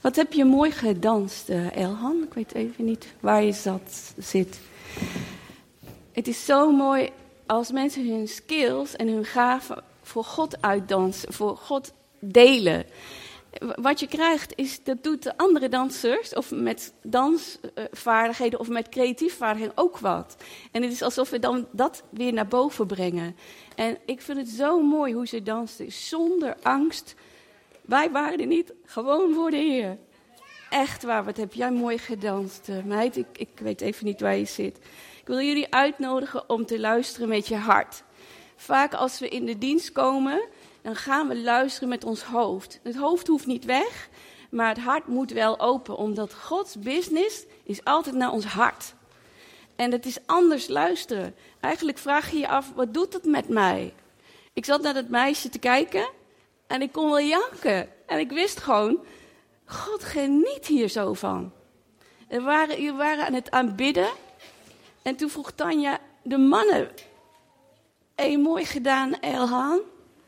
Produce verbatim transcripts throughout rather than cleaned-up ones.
Wat heb je mooi gedanst, uh, Elhan? Ik weet even niet waar je zat, zit. Het is zo mooi als mensen hun skills en hun gaven voor God uitdansen, voor God delen. Wat je krijgt is, dat doet de andere dansers, of met dansvaardigheden of met creatief vaardigheden ook wat. En het is alsof we dan dat weer naar boven brengen. En ik vind het zo mooi hoe ze dansten, zonder angst. Wij waren er niet, gewoon voor de Heer. Echt waar, wat heb jij mooi gedanst, meid. Ik, ik weet even niet waar je zit. Ik wil jullie uitnodigen om te luisteren met je hart. Vaak als we in de dienst komen, dan gaan we luisteren met ons hoofd. Het hoofd hoeft niet weg, maar het hart moet wel open. Omdat Gods business is altijd naar ons hart. En het is anders luisteren. Eigenlijk vraag je je af, wat doet het met mij? Ik zat naar dat meisje te kijken en ik kon wel janken. En ik wist gewoon, God geniet hier zo van. We waren, we waren aan het aanbidden. En toen vroeg Tanja, de mannen, hey, mooi gedaan, Elhan.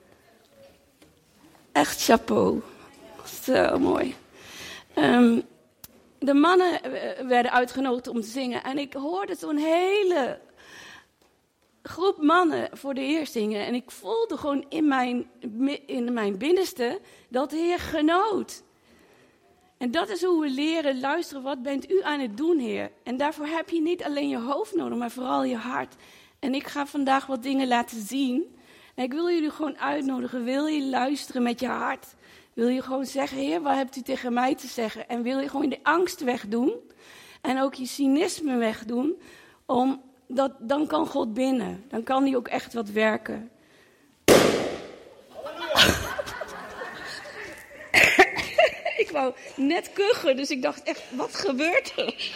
Echt chapeau. Zo mooi. Um, de mannen werden uitgenodigd om te zingen. En ik hoorde zo'n hele groep mannen voor de Heer zingen. En ik voelde gewoon in mijn, in mijn binnenste dat de Heer genoot. En dat is hoe we leren luisteren. Wat bent u aan het doen, Heer? En daarvoor heb je niet alleen je hoofd nodig, maar vooral je hart. En ik ga vandaag wat dingen laten zien. En ik wil jullie gewoon uitnodigen. Wil je luisteren met je hart? Wil je gewoon zeggen, Heer, wat hebt u tegen mij te zeggen? En wil je gewoon de angst wegdoen? En ook je cynisme wegdoen? Omdat dan kan God binnen. Dan kan hij ook echt wat werken. Ik wou net kuchen, dus ik dacht echt, wat gebeurt er?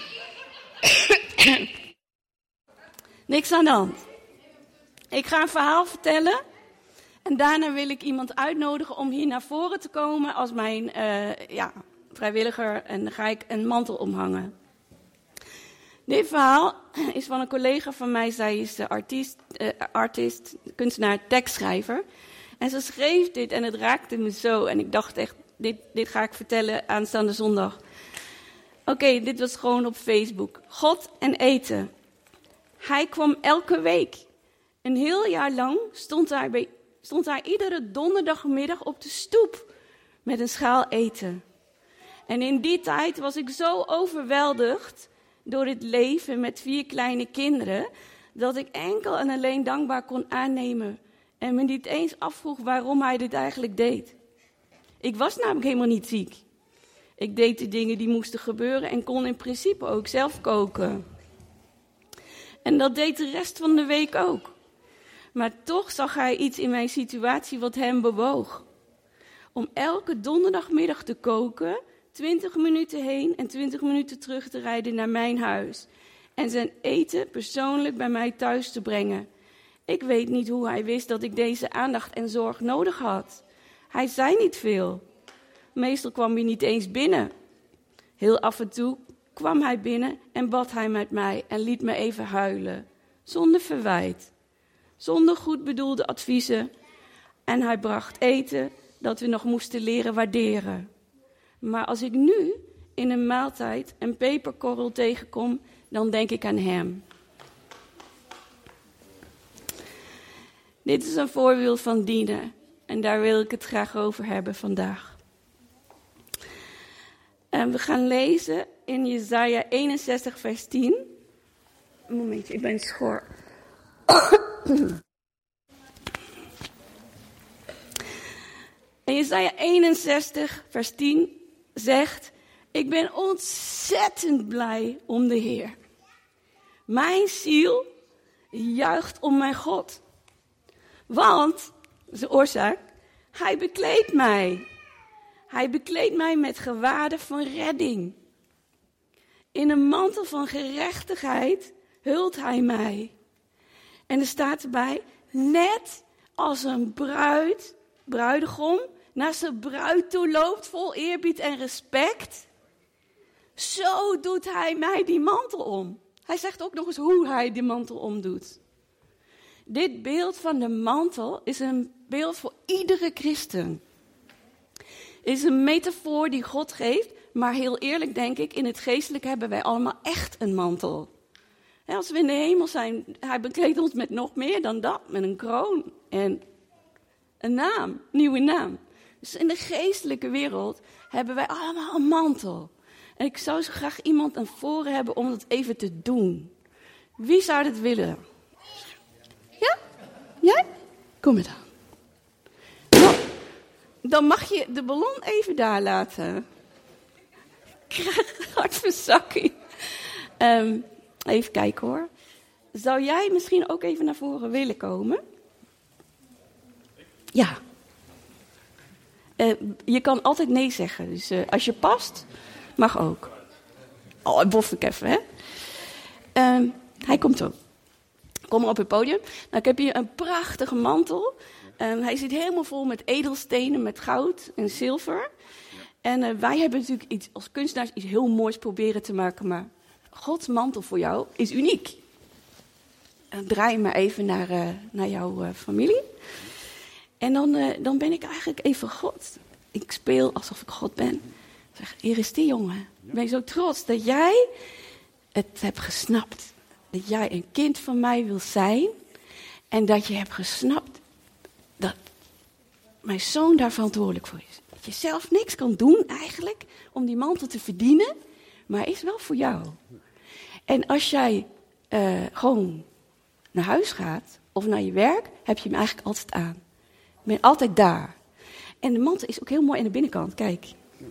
Niks aan de hand. Ik ga een verhaal vertellen. En daarna wil ik iemand uitnodigen om hier naar voren te komen als mijn uh, ja, vrijwilliger. En dan ga ik een mantel omhangen. Dit verhaal is van een collega van mij. Zij is de artiest, uh, artiest, kunstenaar, tekstschrijver. En ze schreef dit en het raakte me zo. En ik dacht echt, dit, dit ga ik vertellen aanstaande zondag. Oké, okay, dit was gewoon op Facebook. God en eten. Hij kwam elke week. Een heel jaar lang stond hij, bij, stond hij iedere donderdagmiddag op de stoep met een schaal eten. En in die tijd was ik zo overweldigd door het leven met vier kleine kinderen, dat ik enkel en alleen dankbaar kon aannemen en me niet eens afvroeg waarom hij dit eigenlijk deed. Ik was namelijk helemaal niet ziek. Ik deed de dingen die moesten gebeuren en kon in principe ook zelf koken. En dat deed de rest van de week ook. Maar toch zag hij iets in mijn situatie wat hem bewoog. Om elke donderdagmiddag te koken, twintig minuten heen en twintig minuten terug te rijden naar mijn huis. En zijn eten persoonlijk bij mij thuis te brengen. Ik weet niet hoe hij wist dat ik deze aandacht en zorg nodig had. Hij zei niet veel. Meestal kwam hij niet eens binnen. Heel af en toe kwam hij binnen en bad hij met mij en liet me even huilen. Zonder verwijt. Zonder goed bedoelde adviezen. En hij bracht eten dat we nog moesten leren waarderen. Maar als ik nu in een maaltijd een peperkorrel tegenkom, dan denk ik aan hem. Dit is een voorbeeld van dienen. En daar wil ik het graag over hebben vandaag. En we gaan lezen in Jesaja eenenzestig vers tien. Een momentje, ik ben schor. En Jesaja eenenzestig vers tien zegt: ik ben ontzettend blij om de Heer. Mijn ziel juicht om mijn God. Want, de oorzaak, hij bekleedt mij. Hij bekleedt mij met gewaden van redding. In een mantel van gerechtigheid hult hij mij. En er staat erbij, net als een bruid, bruidegom, naar zijn bruid toe loopt vol eerbied en respect. Zo doet hij mij die mantel om. Hij zegt ook nog eens hoe hij die mantel omdoet. Dit beeld van de mantel is een beeld voor iedere christen. Het is een metafoor die God geeft Maar heel eerlijk denk ik, in het geestelijk hebben wij allemaal echt een mantel. En als we in de hemel zijn, hij bekleedt ons met nog meer dan dat. Met een kroon en een naam, nieuwe naam. Dus in de geestelijke wereld hebben wij allemaal een mantel. En ik zou zo graag iemand naar voren hebben om dat even te doen. Wie zou dat willen? Ja? Jij? Kom maar dan. Dan, dan mag je de ballon even daar laten. Ik krijg hartverzakking. Um, even kijken hoor. Zou jij misschien ook even naar voren willen komen? Ja. Uh, je kan altijd nee zeggen. Dus uh, als je past, mag ook. Oh, bof ik even, hè. Uh, hij komt ook. Kom maar op het podium. Nou, ik heb hier een prachtige mantel. Um, hij zit helemaal vol met edelstenen, met goud en zilver. En uh, wij hebben natuurlijk iets, als kunstenaars iets heel moois proberen te maken. Maar Gods mantel voor jou is uniek. Dan draai maar even naar, uh, naar jouw uh, familie. En dan, uh, dan ben ik eigenlijk even God. Ik speel alsof ik God ben. Ik zeg, hier is die jongen. Ik ben zo trots dat jij het hebt gesnapt. Dat jij een kind van mij wil zijn. En dat je hebt gesnapt dat mijn zoon daar verantwoordelijk voor is. Dat je zelf niks kan doen eigenlijk om die mantel te verdienen. Maar hij is wel voor jou. En als jij uh, gewoon naar huis gaat of naar je werk, heb je hem eigenlijk altijd aan. Je bent altijd daar. En de mantel is ook heel mooi aan de binnenkant. Kijk.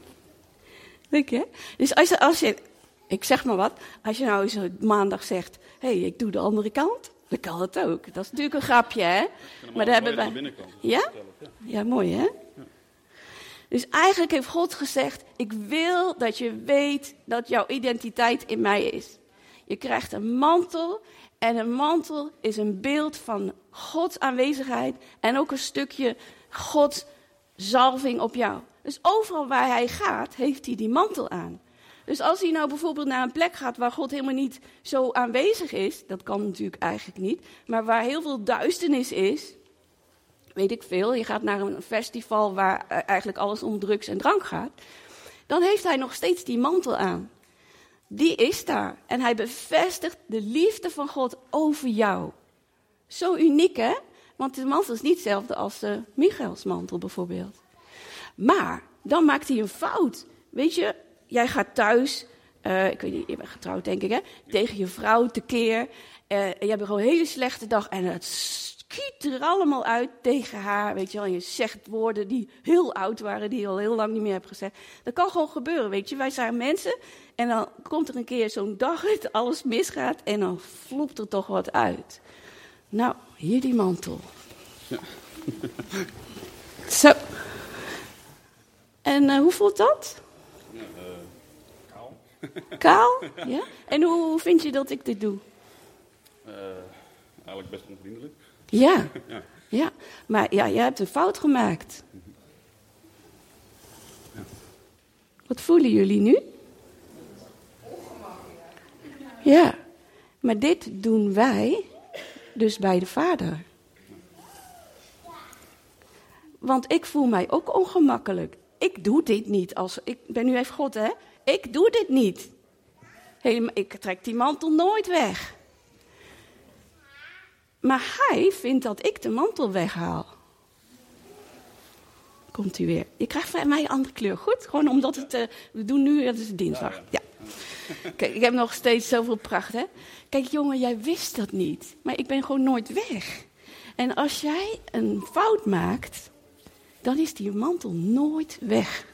Leuk hè? Dus als je, als je, ik zeg maar wat, als je nou zo maandag zegt, hé, hey, ik doe de andere kant, dan kan dat ook. Dat is natuurlijk een grapje hè. Maar daar hebben wij. Ja? Ja, mooi hè? Dus eigenlijk heeft God gezegd, ik wil dat je weet dat jouw identiteit in mij is. Je krijgt een mantel en een mantel is een beeld van Gods aanwezigheid en ook een stukje Gods zalving op jou. Dus overal waar hij gaat, heeft hij die mantel aan. Dus als hij nou bijvoorbeeld naar een plek gaat waar God helemaal niet zo aanwezig is, dat kan natuurlijk eigenlijk niet, maar waar heel veel duisternis is, weet ik veel, je gaat naar een festival waar eigenlijk alles om drugs en drank gaat, dan heeft hij nog steeds die mantel aan. Die is daar. En hij bevestigt de liefde van God over jou. Zo uniek, hè? Want de mantel is niet hetzelfde als uh, Michaels mantel bijvoorbeeld. Maar dan maakt hij een fout. Weet je, jij gaat thuis, uh, ik weet niet, je bent getrouwd denk ik, hè? Tegen je vrouw tekeer. Uh, je hebt gewoon een hele slechte dag en het schiet er allemaal uit tegen haar, weet je wel. En je zegt woorden die heel oud waren, die je al heel lang niet meer hebt gezegd. Dat kan gewoon gebeuren, weet je. Wij zijn mensen en dan komt er een keer zo'n dag dat alles misgaat en dan vloept er toch wat uit. Nou, hier die mantel. Ja. Zo. En uh, hoe voelt dat? Ja, uh, kaal. Kaal? Ja? En hoe, hoe vind je dat ik dit doe? Uh, eigenlijk best onvriendelijk. Ja. ja, ja. Maar ja, jij hebt een fout gemaakt. Ja. Wat voelen jullie nu? Ja, maar dit doen wij dus bij de Vader. Want ik voel mij ook ongemakkelijk. Ik doe dit niet. Als, ik ben nu even God, hè? Ik doe dit niet. Helemaal, ik trek die mantel nooit weg. Maar hij vindt dat ik de mantel weghaal. Komt u weer. Je krijgt van mij een andere kleur. Goed? Gewoon omdat het... Uh, we doen nu... Het is dinsdag. Ja. Kijk, ik heb nog steeds zoveel pracht, hè? Kijk, jongen, jij wist dat niet. Maar ik ben gewoon nooit weg. En als jij een fout maakt, dan is die mantel nooit weg.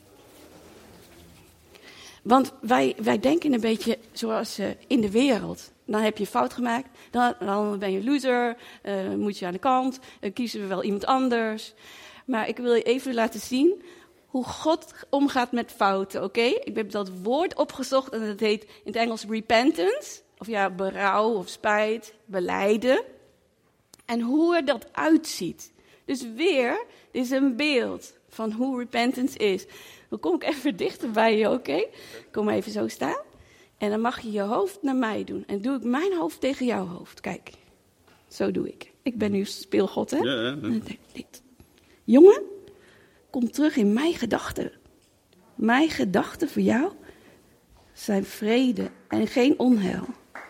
Want wij, wij denken een beetje zoals uh, in de wereld. Dan heb je een fout gemaakt, dan, dan ben je loser, uh, moet je aan de kant, dan kiezen we wel iemand anders. Maar ik wil je even laten zien hoe God omgaat met fouten, oké? Okay? Ik heb dat woord opgezocht en dat heet in het Engels repentance. Of ja, berouw of spijt, belijden. En hoe er dat uitziet. Dus weer, dit is een beeld van hoe repentance is. Dan kom ik even dichter bij je, oké? Okay? Kom maar even zo staan. En dan mag je je hoofd naar mij doen. En doe ik mijn hoofd tegen jouw hoofd. Kijk, zo doe ik. Ik ben nu speelgod, hè? Ja, ja, ja. Jongen, kom terug in mijn gedachten. Mijn gedachten voor jou zijn vrede en geen onheil.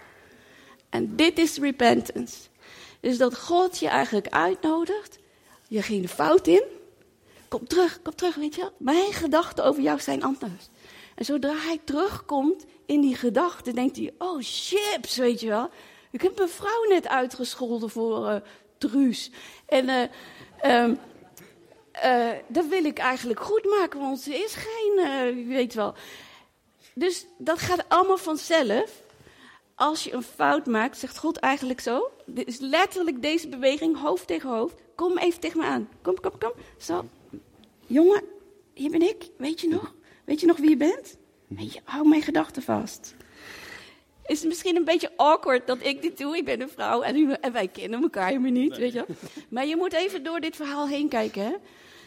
En dit is repentance. Dus dat God je eigenlijk uitnodigt. Je ging de fout in. Kom terug, kom terug, weet je wel. Mijn gedachten over jou zijn anders. En zodra hij terugkomt in die gedachten, denkt hij, oh chips, weet je wel. Ik heb mijn vrouw net uitgescholden voor uh, truus. En uh, um, uh, dat wil ik eigenlijk goed maken, want ze is geen, uh, je weet wel. Dus dat gaat allemaal vanzelf. Als je een fout maakt, zegt God eigenlijk zo. Dit is letterlijk deze beweging, hoofd tegen hoofd. Kom even tegen me aan. Kom, kom, kom. Zo. Jongen, hier ben ik. Weet je nog? Weet je nog wie je bent? Weet je, hou mijn gedachten vast. Is het misschien een beetje awkward dat ik dit doe. Ik ben een vrouw en, u, en wij kennen elkaar helemaal niet, nee. Weet je. Maar je moet even door dit verhaal heen kijken. Hè?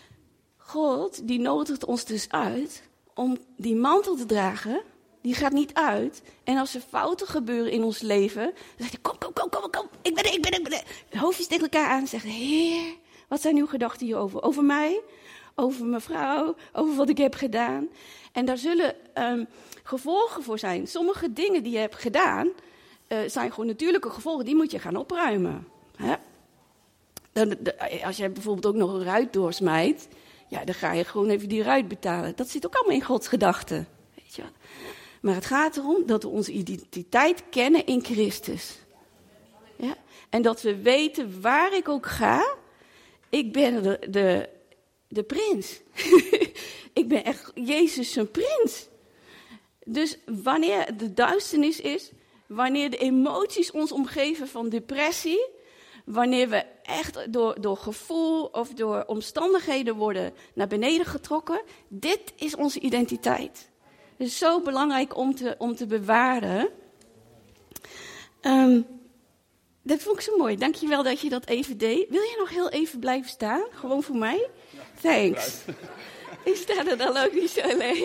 God, die nodigt ons dus uit om die mantel te dragen. Die gaat niet uit. En als er fouten gebeuren in ons leven, dan zegt hij, kom, kom, kom, kom, kom. Ik ben er, ik ben er, ik ben er. De hoofdjes tegen elkaar aan en zegt, Heer, wat zijn uw gedachten hierover? Over mij? Over mijn vrouw? Over wat ik heb gedaan? En daar zullen um, gevolgen voor zijn. Sommige dingen die je hebt gedaan, uh, zijn gewoon natuurlijke gevolgen. Die moet je gaan opruimen. Hè? Dan, de, als je bijvoorbeeld ook nog een ruit doorsmijt, ja, dan ga je gewoon even die ruit betalen. Dat zit ook allemaal in Gods gedachten. Weet je wat? Maar het gaat erom dat we onze identiteit kennen in Christus. Ja? En dat we weten waar ik ook ga, ik ben de, de, de prins. Ik ben echt Jezus zijn prins. Dus wanneer de duisternis is, wanneer de emoties ons omgeven van depressie, wanneer we echt door, door gevoel of door omstandigheden worden naar beneden getrokken, dit is onze identiteit. Het is zo belangrijk om te, om te bewaren. Um, dat vond ik zo mooi. Dankjewel dat je dat even deed. Wil je nog heel even blijven staan? Gewoon voor mij? Thanks. Ik sta er dan ook niet zo alleen.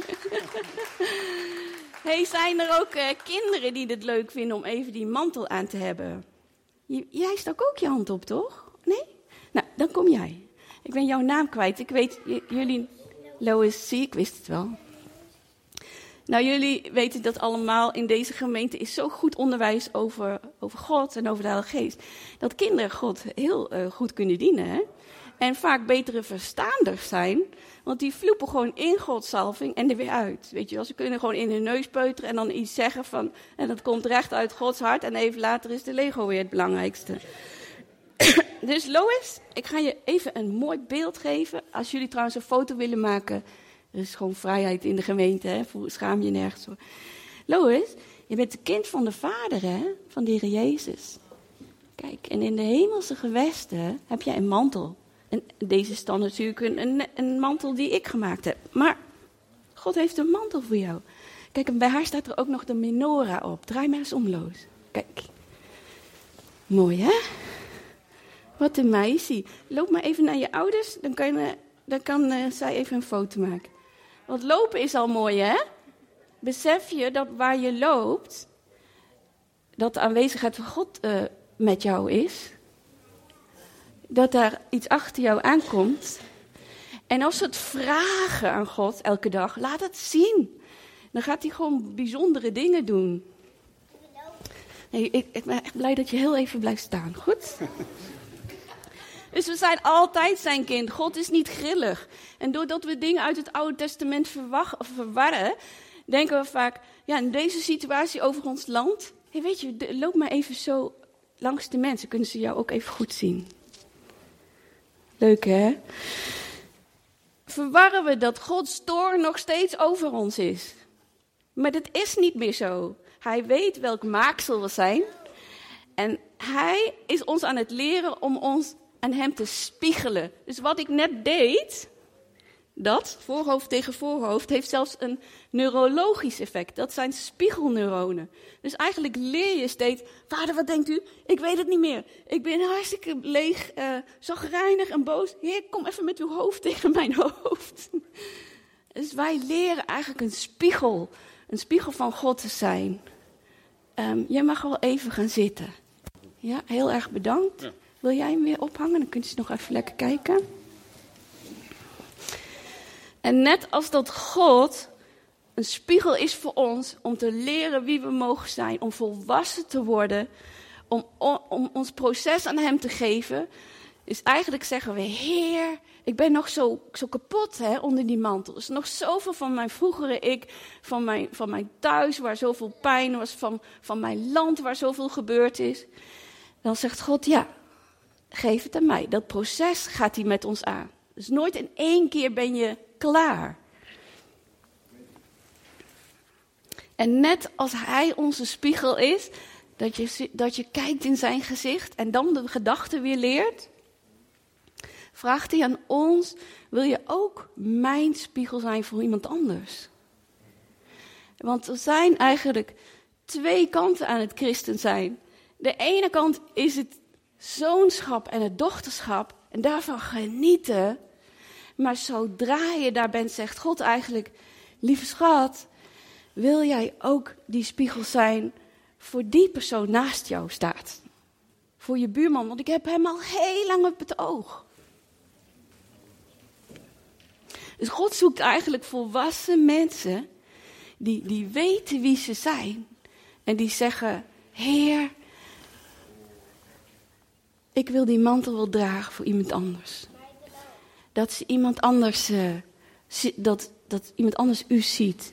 Hey, zijn er ook uh, kinderen die het leuk vinden om even die mantel aan te hebben? J- jij stak ook je hand op, toch? Nee? Nou, dan kom jij. Ik ben jouw naam kwijt. Ik weet, j- jullie... Lois, zie, ik wist het wel. Nou, jullie weten dat allemaal. In deze gemeente is zo goed onderwijs over, over God en over de Heilige Geest. Dat kinderen God heel uh, goed kunnen dienen. Hè? En vaak betere verstaanders zijn. Want die vloepen gewoon in Gods zalving en er weer uit. Weet je wel, ze kunnen gewoon in hun neus peuteren en dan iets zeggen van... En dat komt recht uit Gods hart en even later is de Lego weer het belangrijkste. Dus Lois, ik ga je even een mooi beeld geven. Als jullie trouwens een foto willen maken... Er is gewoon vrijheid in de gemeente, hè? Schaam je nergens voor. Lois, je bent het kind van de Vader, hè? Van de Heer Jezus. Kijk, en in de hemelse gewesten heb jij een mantel. En deze is dan natuurlijk een, een, een mantel die ik gemaakt heb. Maar God heeft een mantel voor jou. Kijk, en bij haar staat er ook nog de menorah op. Draai maar eens om, Lois. Kijk. Mooi, hè? Wat een meisje. Loop maar even naar je ouders, dan kan, je, dan kan uh, zij even een foto maken. Want lopen is al mooi, hè? Besef je dat waar je loopt, dat de aanwezigheid van God uh, met jou is. Dat daar iets achter jou aankomt. En als we het vragen aan God elke dag, laat het zien. Dan gaat hij gewoon bijzondere dingen doen. Nee, ik, ik ben echt blij dat je heel even blijft staan, goed? Dus we zijn altijd zijn kind. God is niet grillig. En doordat we dingen uit het Oude Testament verwacht, verwarren, denken we vaak, ja, in deze situatie over ons land, hey, weet je, de, loop maar even zo langs de mensen, kunnen ze jou ook even goed zien. Leuk, hè? Verwarren we dat Gods toorn nog steeds over ons is. Maar dat is niet meer zo. Hij weet welk maaksel we zijn. En hij is ons aan het leren om ons aan hem te spiegelen. Dus wat ik net deed, dat, voorhoofd tegen voorhoofd, heeft zelfs een neurologisch effect. Dat zijn spiegelneuronen. Dus eigenlijk leer je steeds, vader, wat denkt u? Ik weet het niet meer. Ik ben hartstikke leeg, uh, chagrijnig en boos. Heer, kom even met uw hoofd tegen mijn hoofd. Dus wij leren eigenlijk een spiegel, een spiegel van God te zijn. Um, jij mag wel even gaan zitten. Ja, heel erg bedankt. Ja. Wil jij hem weer ophangen? Dan kunt u nog even lekker kijken. En net als dat God een spiegel is voor ons om te leren wie we mogen zijn, om volwassen te worden, om, om, om ons proces aan hem te geven, is eigenlijk zeggen we, Heer, ik ben nog zo, zo kapot hè, onder die mantel. Er is nog zoveel van mijn vroegere ik, van mijn, van mijn thuis waar zoveel pijn was, van, van mijn land waar zoveel gebeurd is. Dan zegt God, ja, geef het aan mij. Dat proces gaat hij met ons aan. Dus nooit in één keer ben je klaar. En net als hij onze spiegel is, dat je, dat je kijkt in zijn gezicht en dan de gedachten weer leert, vraagt hij aan ons, wil je ook mijn spiegel zijn voor iemand anders? Want er zijn eigenlijk twee kanten aan het christen zijn. De ene kant is het zoonschap en het dochterschap en daarvan genieten. Maar zodra je daar bent, zegt God eigenlijk, lieve schat, wil jij ook die spiegel zijn voor die persoon naast jou staat? Voor je buurman, want ik heb hem al heel lang op het oog. Dus God zoekt eigenlijk volwassen mensen die, die weten wie ze zijn. En die zeggen, Heer, ik wil die mantel wel dragen voor iemand anders. Dat ze iemand anders, uh, dat, dat iemand anders u ziet.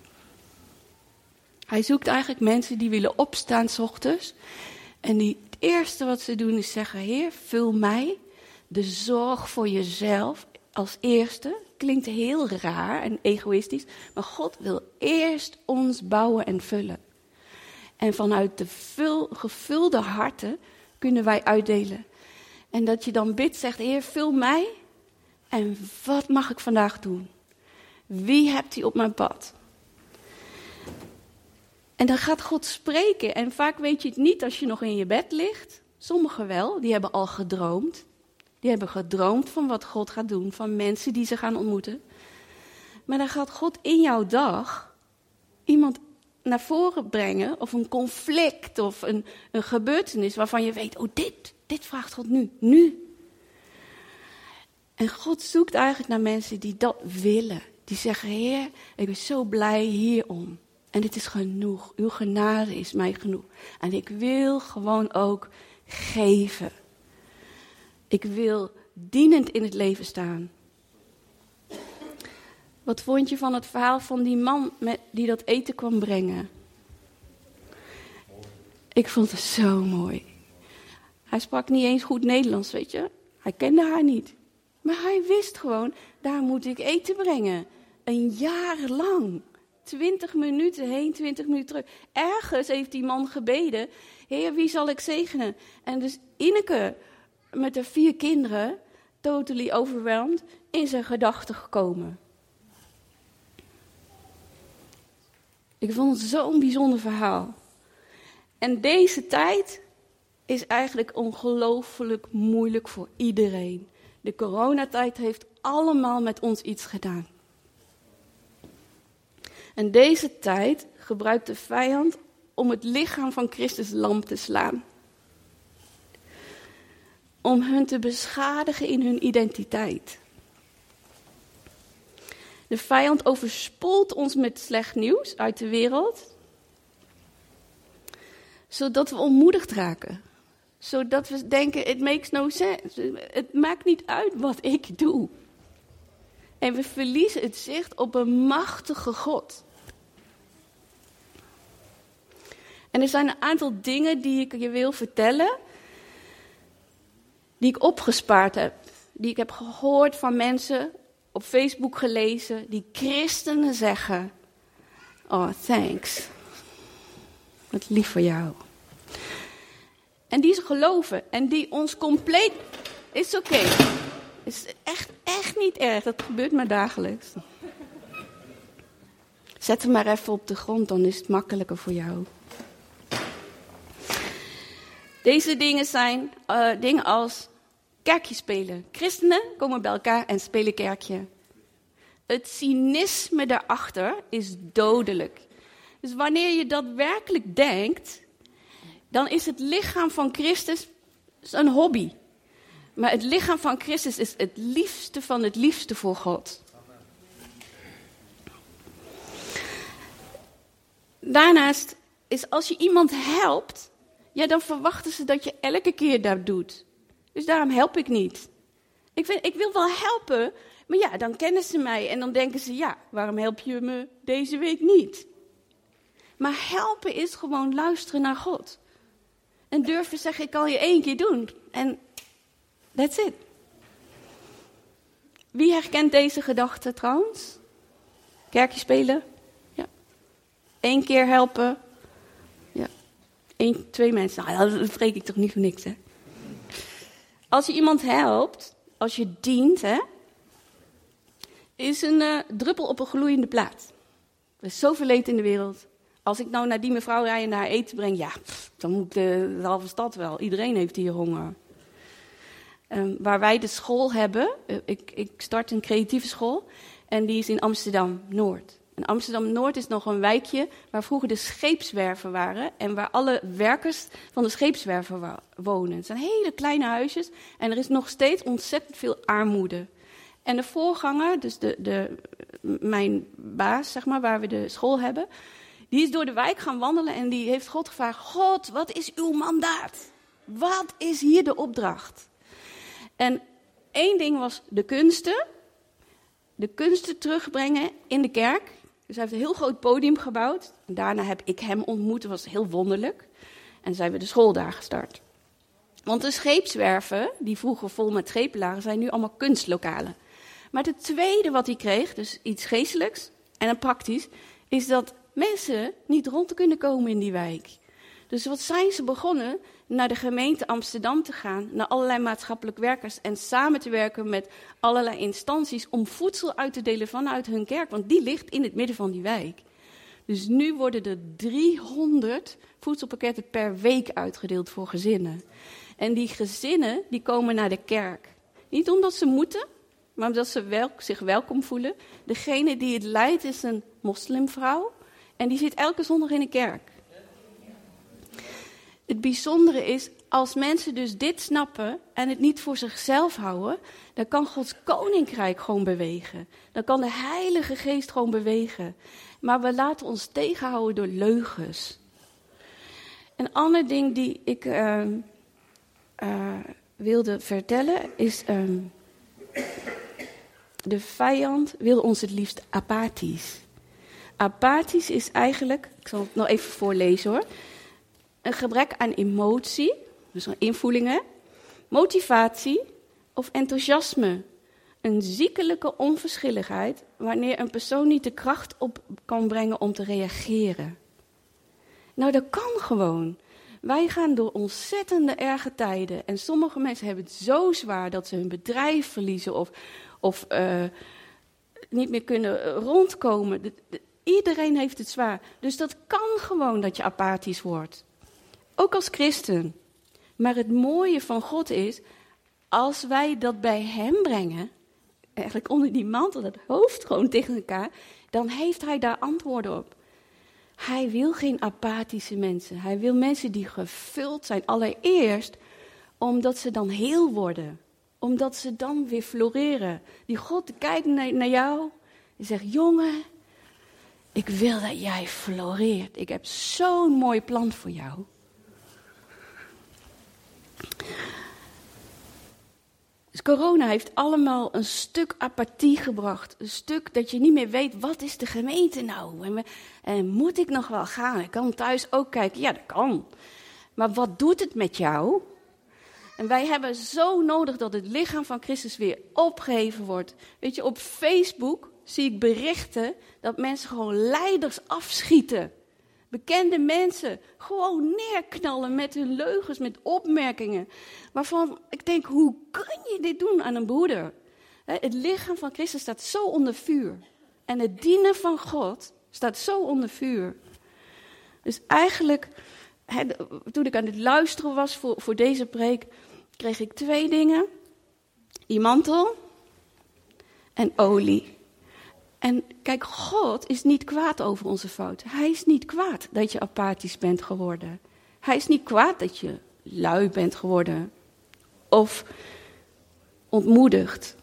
Hij zoekt eigenlijk mensen die willen opstaan 's ochtends. En die, het eerste wat ze doen is zeggen, Heer, vul mij de zorg voor jezelf als eerste. Klinkt heel raar en egoïstisch, maar God wil eerst ons bouwen en vullen. En vanuit de vul, gevulde harten kunnen wij uitdelen. En dat je dan bidt, zegt, Heer, vul mij. En wat mag ik vandaag doen? Wie hebt u op mijn pad? En dan gaat God spreken. En vaak weet je het niet als je nog in je bed ligt. Sommigen wel, die hebben al gedroomd. Die hebben gedroomd van wat God gaat doen, van mensen die ze gaan ontmoeten. Maar dan gaat God in jouw dag iemand naar voren brengen, of een conflict, of een, een gebeurtenis waarvan je weet, oh dit, dit vraagt God nu, nu. En God zoekt eigenlijk naar mensen die dat willen. Die zeggen, Heer, ik ben zo blij hierom. En dit is genoeg, uw genade is mij genoeg. En ik wil gewoon ook geven. Ik wil dienend in het leven staan. Wat vond je van het verhaal van die man met, die dat eten kwam brengen? Ik vond het zo mooi. Hij sprak niet eens goed Nederlands, weet je. Hij kende haar niet. Maar hij wist gewoon, daar moet ik eten brengen. Een jaar lang. Twintig minuten heen, twintig minuten terug. Ergens heeft die man gebeden, Heer, wie zal ik zegenen? En dus Ineke met haar vier kinderen, totally overwhelmed, in zijn gedachten gekomen. Ik vond het zo'n bijzonder verhaal. En deze tijd is eigenlijk ongelooflijk moeilijk voor iedereen. De coronatijd heeft allemaal met ons iets gedaan. En deze tijd gebruikt de vijand om het lichaam van Christus lam te slaan. Om hun te beschadigen in hun identiteit. De vijand overspoelt ons met slecht nieuws uit de wereld. Zodat we ontmoedigd raken. Zodat we denken, it makes no sense. Het maakt niet uit wat ik doe. En we verliezen het zicht op een machtige God. En er zijn een aantal dingen die ik je wil vertellen. Die ik opgespaard heb. Die ik heb gehoord van mensen, op Facebook gelezen, die christenen zeggen, oh thanks. Wat lief voor jou. En die ze geloven en die ons compleet, is oké. Okay. Is echt, echt niet erg, dat gebeurt maar dagelijks. Zet hem maar even op de grond, dan is het makkelijker voor jou. Deze dingen zijn uh, dingen als kerkje spelen. Christenen komen bij elkaar en spelen kerkje. Het cynisme daarachter is dodelijk. Dus wanneer je dat werkelijk denkt, dan is het lichaam van Christus een hobby. Maar het lichaam van Christus is het liefste van het liefste voor God. Daarnaast is als je iemand helpt, ja, dan verwachten ze dat je elke keer dat doet. Dus daarom help ik niet. Ik, vind, ik wil wel helpen, maar ja, dan kennen ze mij en dan denken ze, ja, waarom help je me deze week niet? Maar helpen is gewoon luisteren naar God. En durven zeggen, ik kan je één keer doen. En that's it. Wie herkent deze gedachte trouwens? Kerkje spelen? Ja. Eén keer helpen? Ja. Eén, twee mensen. Nou, dat spreek ik toch niet voor niks, hè? Als je iemand helpt, als je dient, hè, is een uh, druppel op een gloeiende plaat. Er is zoveel leed in de wereld. Als ik nou naar die mevrouw rijd en haar eten breng, ja, pff, dan moet de, de halve stad wel. Iedereen heeft hier honger. Um, waar wij de school hebben, uh, ik, ik start een creatieve school en die is in Amsterdam-Noord. En Amsterdam-Noord is nog een wijkje waar vroeger de scheepswerven waren en waar alle werkers van de scheepswerven wa- wonen. Het zijn hele kleine huisjes en er is nog steeds ontzettend veel armoede. En de voorganger, dus de, de, mijn baas, zeg maar, waar we de school hebben, die is door de wijk gaan wandelen en die heeft God gevraagd, God, wat is uw mandaat? Wat is hier de opdracht? En één ding was de kunsten, de kunsten terugbrengen in de kerk. Dus hij heeft een heel groot podium gebouwd. En daarna heb ik hem ontmoet, dat was heel wonderlijk. En zijn we de school daar gestart. Want de scheepswerven, die vroeger vol met schepen lagen, zijn nu allemaal kunstlokalen. Maar het tweede wat hij kreeg, dus iets geestelijks en een praktisch, is dat mensen niet rond kunnen komen in die wijk. Dus wat zijn ze begonnen? Naar de gemeente Amsterdam te gaan, naar allerlei maatschappelijk werkers en samen te werken met allerlei instanties om voedsel uit te delen vanuit hun kerk, want die ligt in het midden van die wijk. Dus nu worden er driehonderd voedselpakketten per week uitgedeeld voor gezinnen. En die gezinnen die komen naar de kerk. Niet omdat ze moeten, maar omdat ze wel, zich welkom voelen. Degene die het leidt is een moslimvrouw en die zit elke zondag in de kerk. Het bijzondere is, als mensen dus dit snappen en het niet voor zichzelf houden, dan kan Gods koninkrijk gewoon bewegen. Dan kan de Heilige Geest gewoon bewegen. Maar we laten ons tegenhouden door leugens. Een ander ding die ik uh, uh, wilde vertellen is, uh, de vijand wil ons het liefst apathisch. Apathisch is eigenlijk, ik zal het nog even voorlezen hoor, een gebrek aan emotie, dus aan invoelingen, motivatie of enthousiasme. Een ziekelijke onverschilligheid wanneer een persoon niet de kracht op kan brengen om te reageren. Nou, dat kan gewoon. Wij gaan door ontzettende erge tijden en sommige mensen hebben het zo zwaar dat ze hun bedrijf verliezen of, of uh, niet meer kunnen rondkomen. De, de, iedereen heeft het zwaar. Dus dat kan gewoon dat je apathisch wordt. Ook als christen. Maar het mooie van God is, als wij dat bij hem brengen, eigenlijk onder die mantel, dat hoofd gewoon tegen elkaar, dan heeft hij daar antwoorden op. Hij wil geen apathische mensen. Hij wil mensen die gevuld zijn, allereerst omdat ze dan heel worden. Omdat ze dan weer floreren. Die God kijkt naar, naar jou en zegt, jongen, ik wil dat jij floreert. Ik heb zo'n mooi plan voor jou. Dus corona heeft allemaal een stuk apathie gebracht. Een stuk dat je niet meer weet, wat is de gemeente nou? En, en moet ik nog wel gaan? Ik kan thuis ook kijken. Ja, dat kan. Maar wat doet het met jou? En wij hebben zo nodig dat het lichaam van Christus weer opgeheven wordt. Weet je, op Facebook zie ik berichten dat mensen gewoon leiders afschieten. Bekende mensen gewoon neerknallen met hun leugens, met opmerkingen. Waarvan ik denk, hoe kan je dit doen aan een broeder? Het lichaam van Christus staat zo onder vuur. En het dienen van God staat zo onder vuur. Dus eigenlijk, toen ik aan het luisteren was voor, voor deze preek, kreeg ik twee dingen. Die mantel en olie. En kijk, God is niet kwaad over onze fout. Hij is niet kwaad dat je apathisch bent geworden. Hij is niet kwaad dat je lui bent geworden. Of ontmoedigd.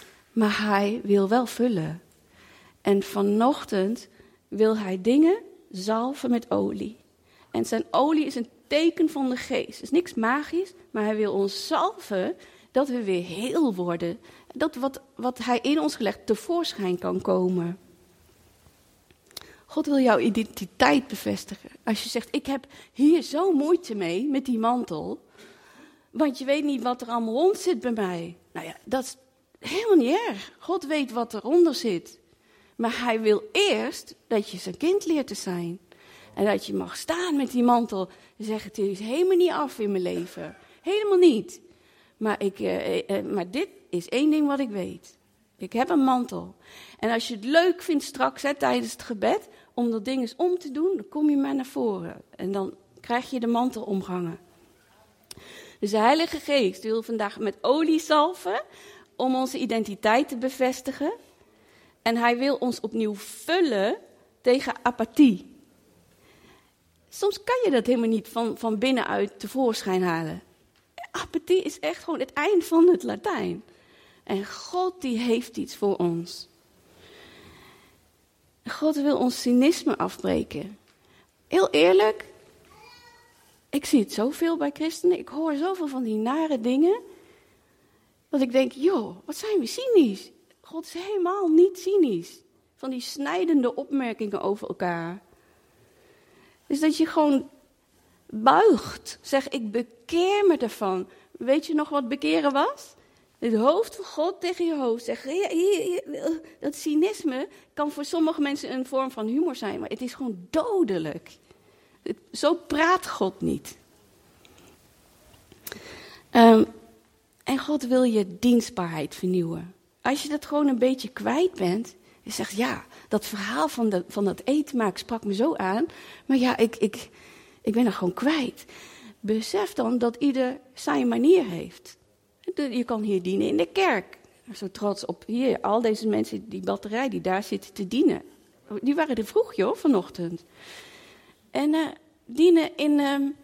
Maar hij wil wel vullen. En vanochtend wil hij dingen zalven met olie. En zijn olie is een teken van de geest. Het is niks magisch, maar hij wil ons zalven dat we weer heel worden. Dat wat, wat hij in ons gelegd tevoorschijn kan komen. God wil jouw identiteit bevestigen. Als je zegt, ik heb hier zo moeite mee met die mantel. Want je weet niet wat er allemaal rond zit bij mij. Nou ja, dat is helemaal niet erg. God weet wat eronder zit. Maar hij wil eerst dat je zijn kind leert te zijn. En dat je mag staan met die mantel en zeggen, het is helemaal niet af in mijn leven. Helemaal niet. Maar, ik, eh, eh, maar dit is één ding wat ik weet. Ik heb een mantel. En als je het leuk vindt straks hè, tijdens het gebed, om dat ding eens om te doen, dan kom je maar naar voren. En dan krijg je de mantel omgangen. Dus de Heilige Geest wil vandaag met olie zalven om onze identiteit te bevestigen. En hij wil ons opnieuw vullen tegen apathie. Soms kan je dat helemaal niet van, van binnenuit tevoorschijn halen. Apathie is echt gewoon het eind van het Latijn. En God die heeft iets voor ons. God wil ons cynisme afbreken. Heel eerlijk, ik zie het zoveel bij christenen. Ik hoor zoveel van die nare dingen. Dat ik denk, joh, wat zijn we cynisch. God is helemaal niet cynisch. Van die snijdende opmerkingen over elkaar. Dus dat je gewoon buigt. Zeg, ik bekeer me ervan. Weet je nog wat bekeren was? Het hoofd van God tegen je hoofd. Zeg, hier, hier, dat cynisme kan voor sommige mensen een vorm van humor zijn. Maar het is gewoon dodelijk. Het, zo praat God niet. Um, en God wil je dienstbaarheid vernieuwen. Als je dat gewoon een beetje kwijt bent. Je zegt, ja, dat verhaal van, de, van dat eten maken sprak me zo aan. Maar ja, ik, ik, ik ben er gewoon kwijt. Besef dan dat ieder zijn manier heeft. Je kan hier dienen in de kerk. Zo trots op hier, al deze mensen, die batterij die daar zitten te dienen. Die waren er vroeg, joh, vanochtend. En uh, dienen in... Um,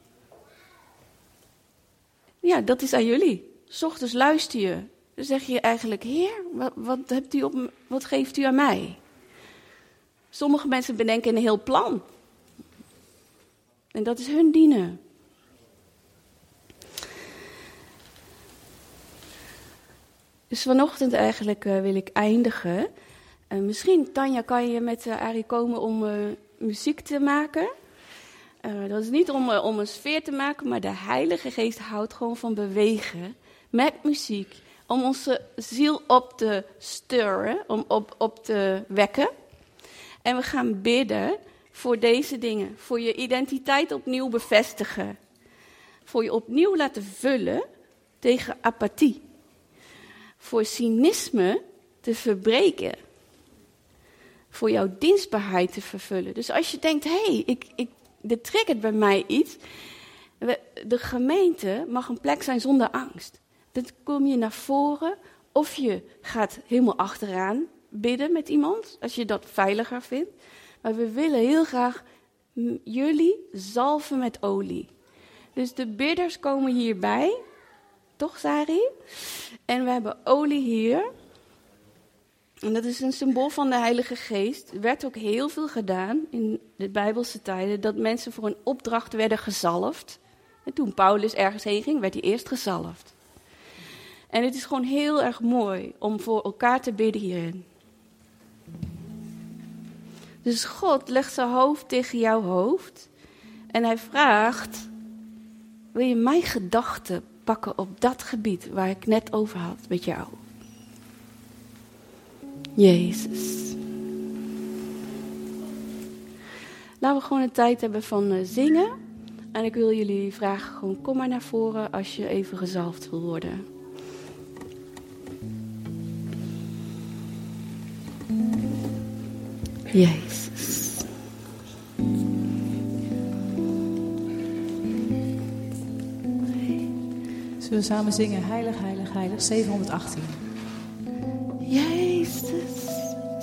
ja, dat is aan jullie. 's Ochtends luister je. Dan zeg je eigenlijk, Heer, wat, wat, hebt u op, wat geeft u aan mij? Sommige mensen bedenken een heel plan. En dat is hun dienen. Dus vanochtend eigenlijk uh, wil ik eindigen. Uh, misschien, Tanja, kan je met uh, Arie komen om uh, muziek te maken. Uh, dat is niet om, uh, om een sfeer te maken, maar de Heilige Geest houdt gewoon van bewegen met muziek. Om onze ziel op te stirren, om op, op te wekken. En we gaan bidden voor deze dingen. Voor je identiteit opnieuw bevestigen. Voor je opnieuw laten vullen tegen apathie. Voor cynisme te verbreken. Voor jouw dienstbaarheid te vervullen. Dus als je denkt, hé, hey, ik, ik, dit triggert bij mij iets. De gemeente mag een plek zijn zonder angst. Dan kom je naar voren of je gaat helemaal achteraan bidden met iemand. Als je dat veiliger vindt. Maar we willen heel graag jullie zalven met olie. Dus de bidders komen hierbij. Toch, Sari? En we hebben olie hier. En dat is een symbool van de Heilige Geest. Er werd ook heel veel gedaan in de Bijbelse tijden. Dat mensen voor een opdracht werden gezalfd. En toen Paulus ergens heen ging, werd hij eerst gezalfd. En het is gewoon heel erg mooi om voor elkaar te bidden hierin. Dus God legt zijn hoofd tegen jouw hoofd. En hij vraagt, wil je mijn gedachten pakken op dat gebied waar ik net over had met jou? Jezus. Laten we gewoon een tijd hebben van uh, zingen. En ik wil jullie vragen, gewoon kom maar naar voren als je even gezalfd wil worden. Jezus. Zullen we samen zingen, heilig, heilig, heilig, zevenhonderdachttien.